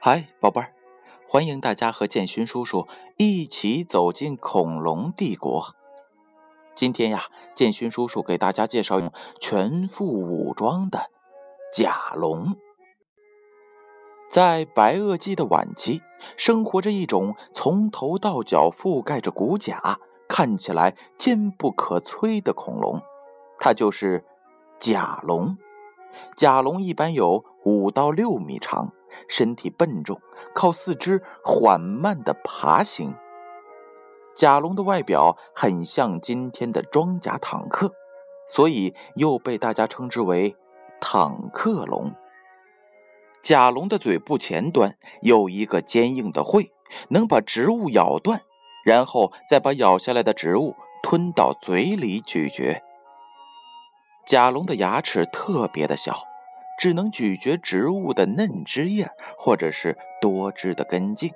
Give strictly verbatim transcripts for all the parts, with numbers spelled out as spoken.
嗨，宝贝儿，欢迎大家和建勋叔叔一起走进恐龙帝国。今天呀，建勋叔叔给大家介绍用全副武装的甲龙。在白垩纪的晚期，生活着一种从头到脚覆盖着骨甲，看起来坚不可摧的恐龙，它就是甲龙。甲龙一般有五到六米长，身体笨重，靠四肢缓慢地爬行。甲龙的外表很像今天的装甲坦克，所以又被大家称之为坦克龙。甲龙的嘴部前端有一个坚硬的喙，能把植物咬断，然后再把咬下来的植物吞到嘴里咀嚼。甲龙的牙齿特别的小，只能咀嚼植物的嫩枝叶或者是多枝的根茎。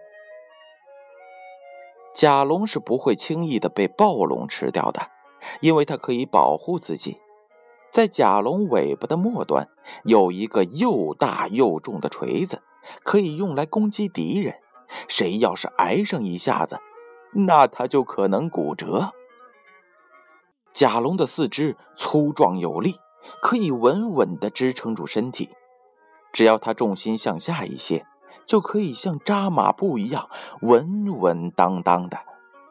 甲龙是不会轻易的被暴龙吃掉的，因为它可以保护自己。在甲龙尾巴的末端有一个又大又重的锤子，可以用来攻击敌人。谁要是挨上一下子，那他就可能骨折。甲龙的四肢粗壮有力，可以稳稳地支撑住身体。只要它重心向下一些，就可以像扎马步一样稳稳当当的。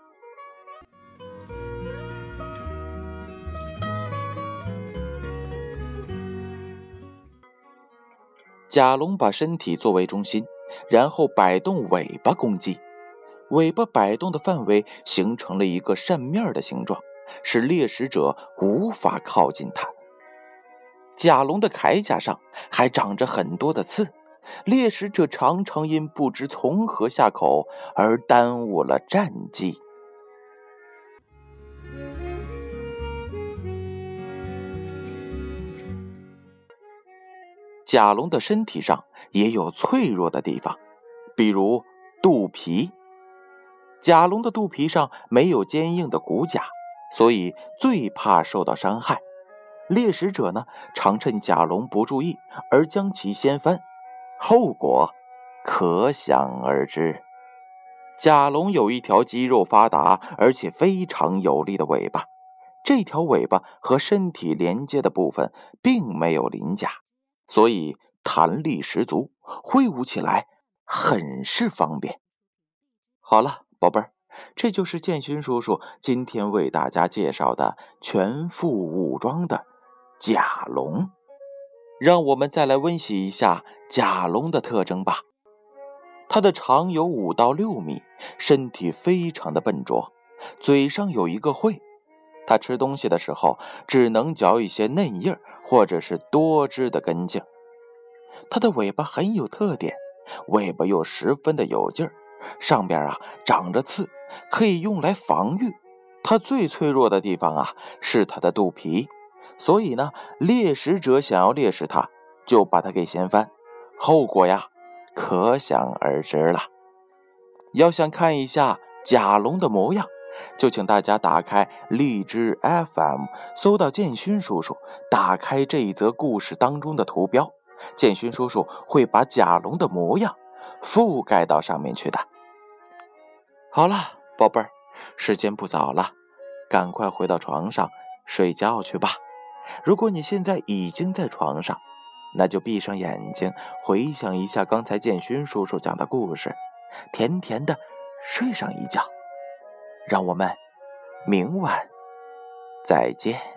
甲龙把身体作为中心，然后摆动尾巴攻击。尾巴摆动的范围形成了一个扇面的形状，使猎食者无法靠近它。甲龙的铠甲上还长着很多的刺，猎食者常常因不知从何下口而耽误了战机。甲龙的身体上也有脆弱的地方，比如肚皮。甲龙的肚皮上没有坚硬的骨甲，所以最怕受到伤害。猎食者呢，常趁甲龙不注意而将其掀翻，后果可想而知。甲龙有一条肌肉发达而且非常有力的尾巴，这条尾巴和身体连接的部分并没有鳞甲，所以弹力十足，挥舞起来很是方便。好了，宝贝儿，这就是建勋叔叔今天为大家介绍的全副武装的甲龙。让我们再来温习一下甲龙的特征吧。它的长有五到六米，身体非常的笨拙，嘴上有一个喙。它吃东西的时候只能嚼一些嫩叶或者是多枝的根茎。它的尾巴很有特点，尾巴又十分的有劲儿，上边啊长着刺，可以用来防御。它最脆弱的地方啊是它的肚皮，所以呢，猎食者想要猎食它，就把它给掀翻，后果呀可想而知了。要想看一下甲龙的模样，就请大家打开荔枝 F M， 搜到建勋叔叔，打开这一则故事当中的图标，建勋叔叔会把甲龙的模样覆盖到上面去的。好了，宝贝儿，时间不早了，赶快回到床上睡觉去吧。如果你现在已经在床上，那就闭上眼睛，回想一下刚才建勋叔叔讲的故事，甜甜的睡上一觉。让我们明晚再见。